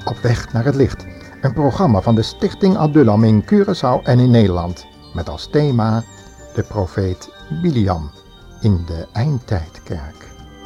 Op weg naar het licht. Een programma van de Stichting Adullam in Curaçao en in Nederland. Met als thema de profeet Biliam in de Eindtijdkerk.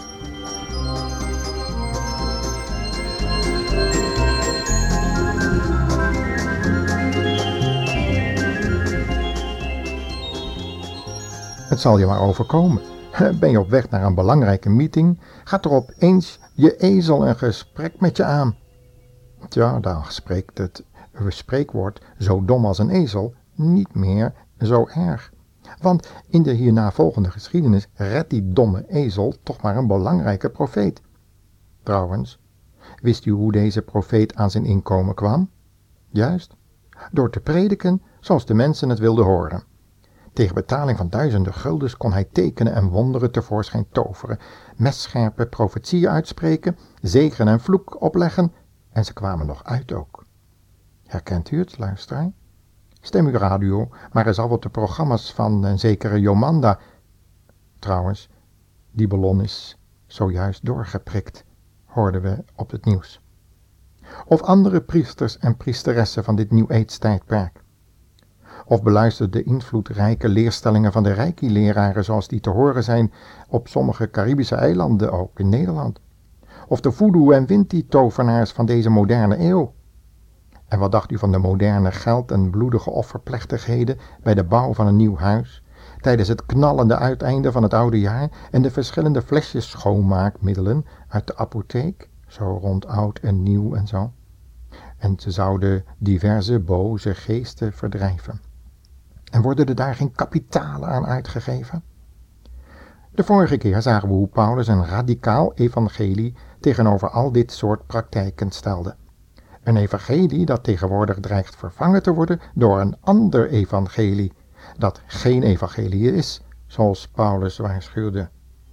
Het zal je maar overkomen. Ben je op weg naar een belangrijke meeting, gaat er opeens je ezel een gesprek met je aan. Tja, dan spreekt het spreekwoord zo dom als een ezel niet meer zo erg. Want in de hierna volgende geschiedenis redt die domme ezel toch maar een belangrijke profeet. Trouwens, wist u hoe deze profeet aan zijn inkomen kwam? Juist, door te prediken zoals de mensen het wilden horen. Tegen betaling van duizenden guldens kon hij tekenen en wonderen tevoorschijn toveren, messcherpe profetieën uitspreken, zegen en vloek opleggen, en ze kwamen nog uit ook. Herkent u het, luisteraar? Stem uw radio maar eens af op de programma's van een zekere Jomanda. Trouwens, die ballon is zojuist doorgeprikt, hoorden we op het nieuws. Of andere priesters en priesteressen van dit New Age tijdperk. Of beluister de invloedrijke leerstellingen van de Reiki-leraren zoals die te horen zijn op sommige Caribische eilanden, ook in Nederland. Of de voodoo- en winti-tovenaars van deze moderne eeuw. En wat dacht u van de moderne geld- en bloedige offerplechtigheden bij de bouw van een nieuw huis, tijdens het knallende uiteinde van het oude jaar en de verschillende flesjes schoonmaakmiddelen uit de apotheek, zo rond oud en nieuw en zo. En ze zouden diverse boze geesten verdrijven. En worden er daar geen kapitalen aan uitgegeven? De vorige keer zagen we hoe Paulus een radicaal evangelie tegenover al dit soort praktijken stelde. Een evangelie dat tegenwoordig dreigt vervangen te worden door een ander evangelie, dat geen evangelie is, zoals Paulus waarschuwde.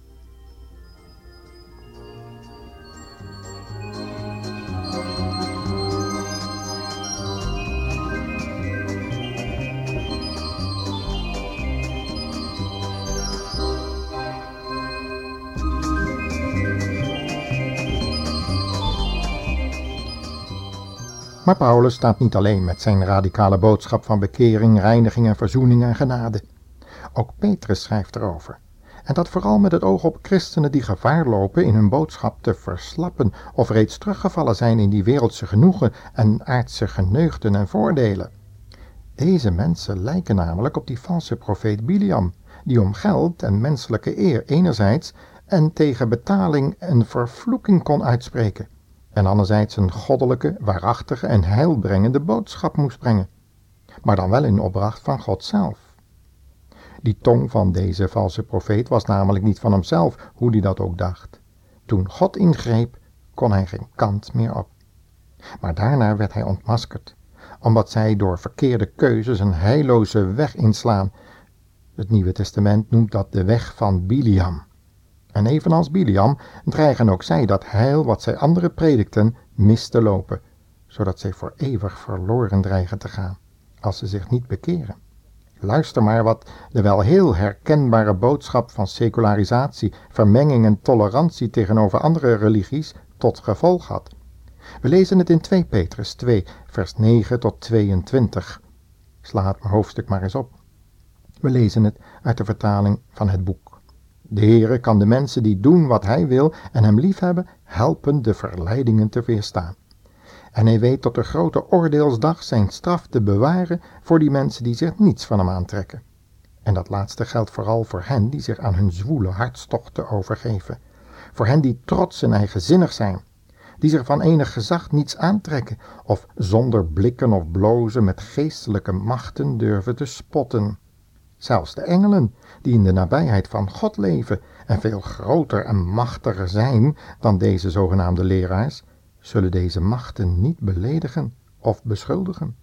Maar Paulus staat niet alleen met zijn radicale boodschap van bekering, reiniging en verzoening en genade. Ook Petrus schrijft erover. En dat vooral met het oog op christenen die gevaar lopen in hun boodschap te verslappen of reeds teruggevallen zijn in die wereldse genoegen en aardse geneugten en voordelen. Deze mensen lijken namelijk op die valse profeet Biliam, die om geld en menselijke eer enerzijds en tegen betaling een vervloeking kon uitspreken. En anderzijds een goddelijke, waarachtige en heilbrengende boodschap moest brengen. Maar dan wel in opdracht van God zelf. Die tong van deze valse profeet was namelijk niet van hemzelf, hoe hij dat ook dacht. Toen God ingreep, kon hij geen kant meer op. Maar daarna werd hij ontmaskerd, omdat zij door verkeerde keuzes een heilloze weg inslaan. Het Nieuwe Testament noemt dat de weg van Biliam. En evenals Biliam dreigen ook zij dat heil wat zij anderen predikten mis te lopen, zodat zij voor eeuwig verloren dreigen te gaan, als ze zich niet bekeren. Luister maar wat de wel heel herkenbare boodschap van secularisatie, vermenging en tolerantie tegenover andere religies tot gevolg had. We lezen het in 2 Petrus 2, vers 9 tot 22. Sla het hoofdstuk maar eens op. We lezen het uit de vertaling van het boek. De Heere kan de mensen die doen wat hij wil en hem liefhebben, helpen de verleidingen te weerstaan. En hij weet tot de grote oordeelsdag zijn straf te bewaren voor die mensen die zich niets van hem aantrekken. En dat laatste geldt vooral voor hen die zich aan hun zwoele hartstochten overgeven. Voor hen die trots en eigenzinnig zijn, die zich van enig gezag niets aantrekken of zonder blikken of blozen met geestelijke machten durven te spotten. Zelfs de engelen, die in de nabijheid van God leven en veel groter en machtiger zijn dan deze zogenaamde leraars, zullen deze machten niet beledigen of beschuldigen.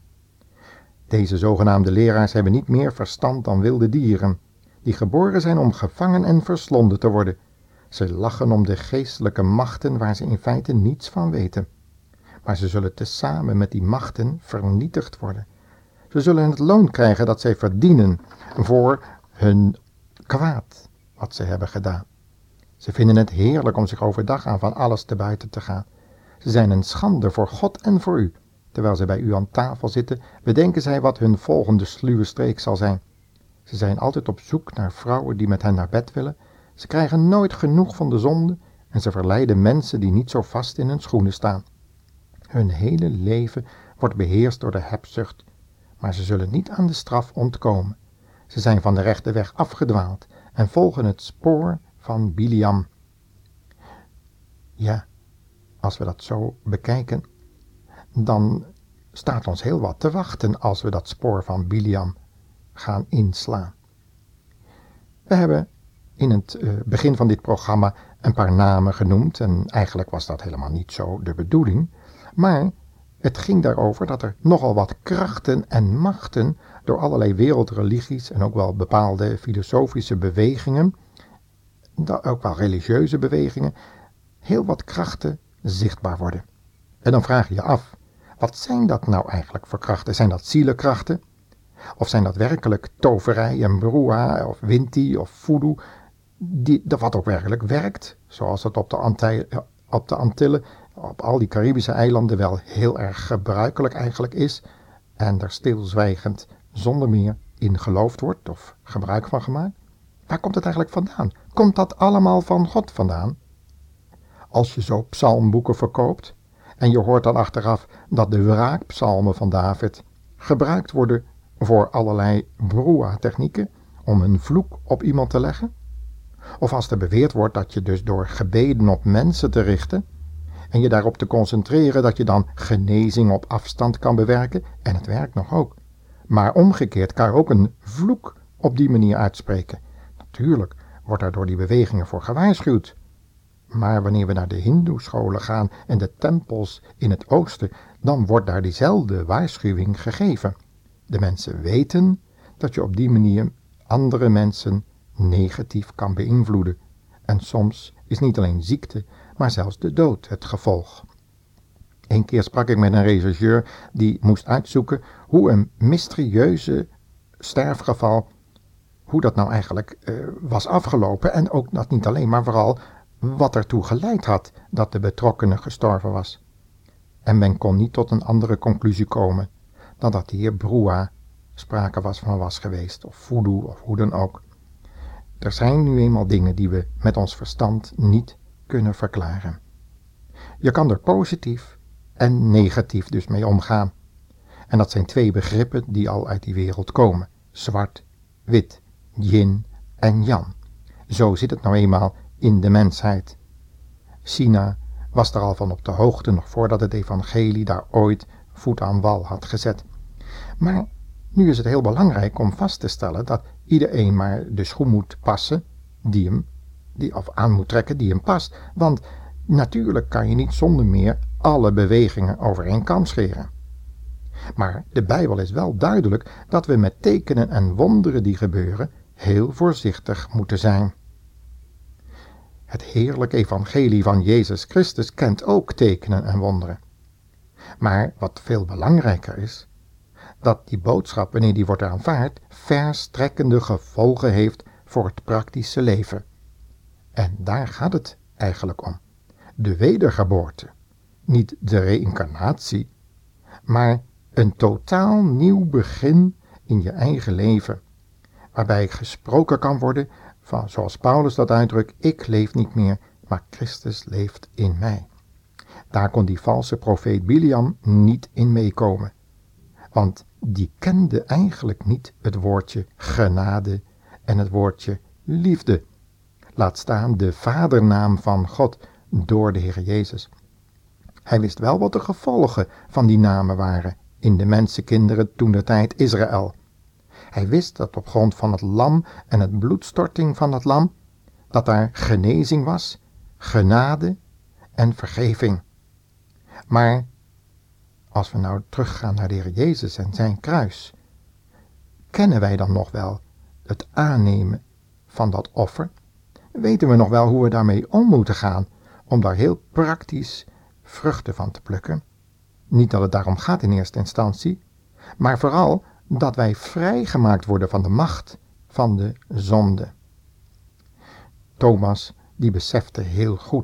Deze zogenaamde leraars hebben niet meer verstand dan wilde dieren, die geboren zijn om gevangen en verslonden te worden. Ze lachen om de geestelijke machten waar ze in feite niets van weten. Maar ze zullen tezamen met die machten vernietigd worden. Ze zullen het loon krijgen dat zij verdienen voor hun kwaad wat ze hebben gedaan. Ze vinden het heerlijk om zich overdag aan van alles te buiten te gaan. Ze Ze zijn een schande voor God en voor u. Terwijl ze bij u aan tafel zitten, bedenken zij wat hun volgende sluwe streek zal zijn. Ze zijn altijd op zoek naar vrouwen die met hen naar bed willen. Ze krijgen nooit genoeg van de zonde en ze verleiden mensen die niet zo vast in hun schoenen staan. Hun hele leven wordt beheerst door de hebzucht, maar ze zullen niet aan de straf ontkomen. Ze zijn van de rechte weg afgedwaald en volgen het spoor van Biliam. Ja, als we dat zo bekijken, dan staat ons heel wat te wachten als we dat spoor van Biliam gaan inslaan. We hebben in het begin van dit programma een paar namen genoemd en eigenlijk was dat helemaal niet zo de bedoeling, maar het ging daarover dat er nogal wat krachten en machten door allerlei wereldreligies en ook wel bepaalde filosofische bewegingen, ook wel religieuze bewegingen, heel wat krachten zichtbaar worden. En dan vraag je je af, wat zijn dat nou eigenlijk voor krachten? Zijn dat zielenkrachten? Of zijn dat werkelijk toverij en broeha of winti of voodoo, wat ook werkelijk werkt, zoals het op de Antillen, op al die Caribische eilanden wel heel erg gebruikelijk eigenlijk is en er stilzwijgend zonder meer in geloofd wordt of gebruik van gemaakt? Waar komt het eigenlijk vandaan? Komt dat allemaal van God vandaan? Als je zo psalmboeken verkoopt en je hoort dan achteraf dat de wraakpsalmen van David gebruikt worden voor allerlei broeha-technieken om een vloek op iemand te leggen, of als er beweerd wordt dat je dus door gebeden op mensen te richten en je daarop te concentreren dat je dan genezing op afstand kan bewerken, en het werkt nog ook. Maar omgekeerd kan je ook een vloek op die manier uitspreken. Natuurlijk wordt daar door die bewegingen voor gewaarschuwd. Maar wanneer we naar de hindoescholen gaan en de tempels in het oosten, dan wordt daar diezelfde waarschuwing gegeven. De mensen weten dat je op die manier andere mensen negatief kan beïnvloeden. En soms is niet alleen ziekte, maar zelfs de dood het gevolg. Eén keer sprak ik met een rechercheur die moest uitzoeken hoe een mysterieuze sterfgeval, hoe dat nou eigenlijk was afgelopen. En ook dat niet alleen, maar vooral wat ertoe geleid had dat de betrokkene gestorven was. En men kon niet tot een andere conclusie komen dan dat hier broeha sprake was geweest, of voodoo, of hoe dan ook. Er zijn nu eenmaal dingen die we met ons verstand niet kunnen verklaren. Je kan er positief en negatief dus mee omgaan. En dat zijn twee begrippen die al uit die wereld komen. Zwart, wit, yin en yang. Zo zit het nou eenmaal in de mensheid. China was er al van op de hoogte nog voordat het evangelie daar ooit voet aan wal had gezet. Maar nu is het heel belangrijk om vast te stellen dat iedereen maar de schoen moet passen of aan moet trekken die hem past. Want natuurlijk kan je niet zonder meer alle bewegingen over één kam scheren. Maar de Bijbel is wel duidelijk dat we met tekenen en wonderen die gebeuren heel voorzichtig moeten zijn. Het heerlijke evangelie van Jezus Christus kent ook tekenen en wonderen. Maar wat veel belangrijker is, dat die boodschap, wanneer die wordt aanvaard, verstrekkende gevolgen heeft voor het praktische leven. En daar gaat het eigenlijk om. De wedergeboorte, niet de reïncarnatie, maar een totaal nieuw begin in je eigen leven, waarbij gesproken kan worden van, zoals Paulus dat uitdrukt, ik leef niet meer, maar Christus leeft in mij. Daar kon die valse profeet Biliam niet in meekomen, want die kende eigenlijk niet het woordje genade en het woordje liefde. Laat staan de vadernaam van God door de Heer Jezus. Hij wist wel wat de gevolgen van die namen waren in de mensenkinderen toentertijd Israël. Hij wist dat op grond van het lam en het bloedstorting van het lam, dat daar genezing was, genade en vergeving. Maar als we nou teruggaan naar de Heer Jezus en zijn kruis, kennen wij dan nog wel het aannemen van dat offer? Weten we nog wel hoe we daarmee om moeten gaan, om daar heel praktisch vruchten van te plukken? Niet dat het daarom gaat in eerste instantie, maar vooral dat wij vrijgemaakt worden van de macht van de zonde. Thomas, die besefte heel goed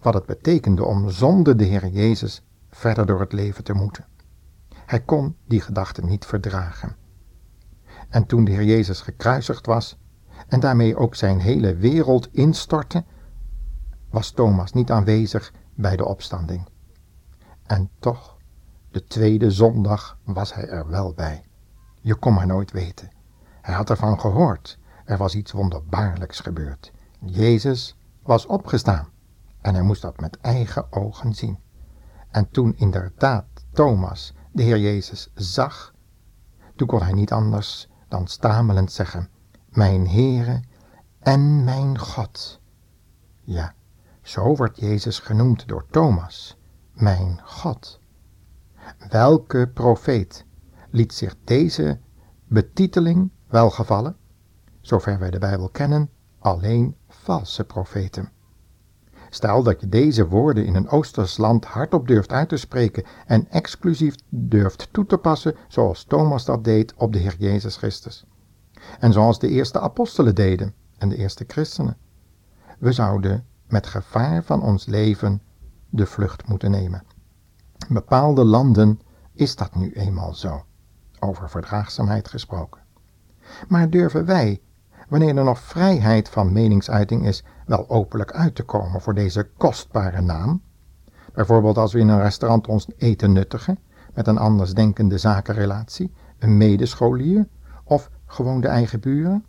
wat het betekende om zonder de Heer Jezus verder door het leven te moeten. Hij kon die gedachte niet verdragen. En toen de Heer Jezus gekruisigd was en daarmee ook zijn hele wereld instortte, was Thomas niet aanwezig bij de opstanding. En toch, de tweede zondag was hij er wel bij. Je kon maar nooit weten. Hij had ervan gehoord. Er was iets wonderbaarlijks gebeurd. Jezus was opgestaan en hij moest dat met eigen ogen zien. En toen inderdaad Thomas de Heer Jezus zag, toen kon hij niet anders dan stamelend zeggen: mijn Heere en mijn God. Ja, zo wordt Jezus genoemd door Thomas, mijn God. Welke profeet liet zich deze betiteling welgevallen? Zover wij de Bijbel kennen, alleen valse profeten. Stel dat je deze woorden in een Oosters land hardop durft uit te spreken en exclusief durft toe te passen zoals Thomas dat deed op de Heer Jezus Christus. En zoals de eerste apostelen deden en de eerste christenen. We zouden met gevaar van ons leven de vlucht moeten nemen. In bepaalde landen is dat nu eenmaal zo, over verdraagzaamheid gesproken. Maar durven wij, wanneer er nog vrijheid van meningsuiting is, wel openlijk uit te komen voor deze kostbare naam? Bijvoorbeeld als we in een restaurant ons eten nuttigen, met een andersdenkende zakenrelatie, een medescholier of gewoon de eigen buren?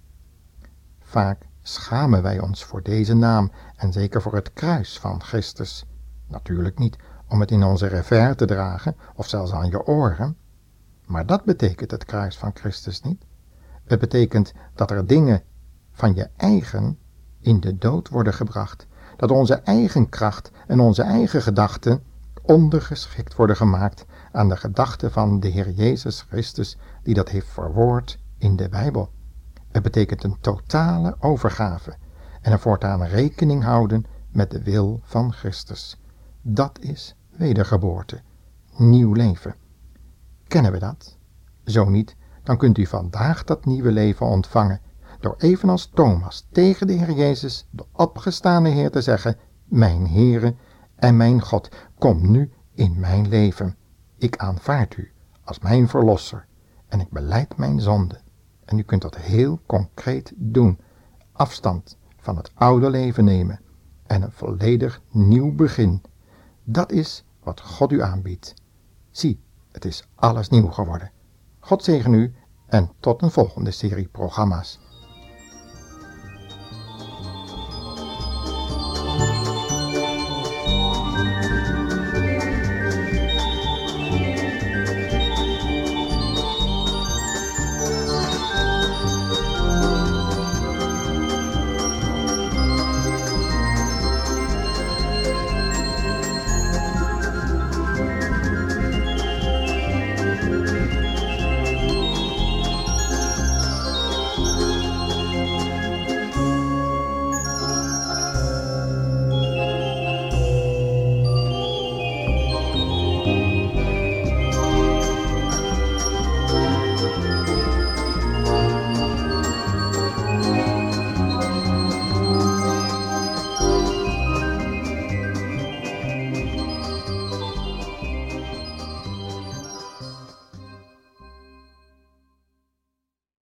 Vaak schamen wij ons voor deze naam en zeker voor het kruis van Christus. Natuurlijk niet om het in onze revers te dragen of zelfs aan je oren, maar dat betekent het kruis van Christus niet. Het betekent dat er dingen van je eigen in de dood worden gebracht, dat onze eigen kracht en onze eigen gedachten ondergeschikt worden gemaakt aan de gedachten van de Heer Jezus Christus die dat heeft verwoord in de Bijbel. Het betekent een totale overgave en er voortaan rekening houden met de wil van Christus. Dat is wedergeboorte, nieuw leven. Kennen we dat? Zo niet, dan kunt u vandaag dat nieuwe leven ontvangen door evenals Thomas tegen de Heer Jezus, de opgestane Heer, te zeggen: mijn Heere en mijn God, kom nu in mijn leven. Ik aanvaard u als mijn verlosser en ik belijd mijn zonde. En u kunt dat heel concreet doen. Afstand van het oude leven nemen en een volledig nieuw begin. Dat is wat God u aanbiedt. Zie, het is alles nieuw geworden. God zegen u en tot een volgende serie programma's.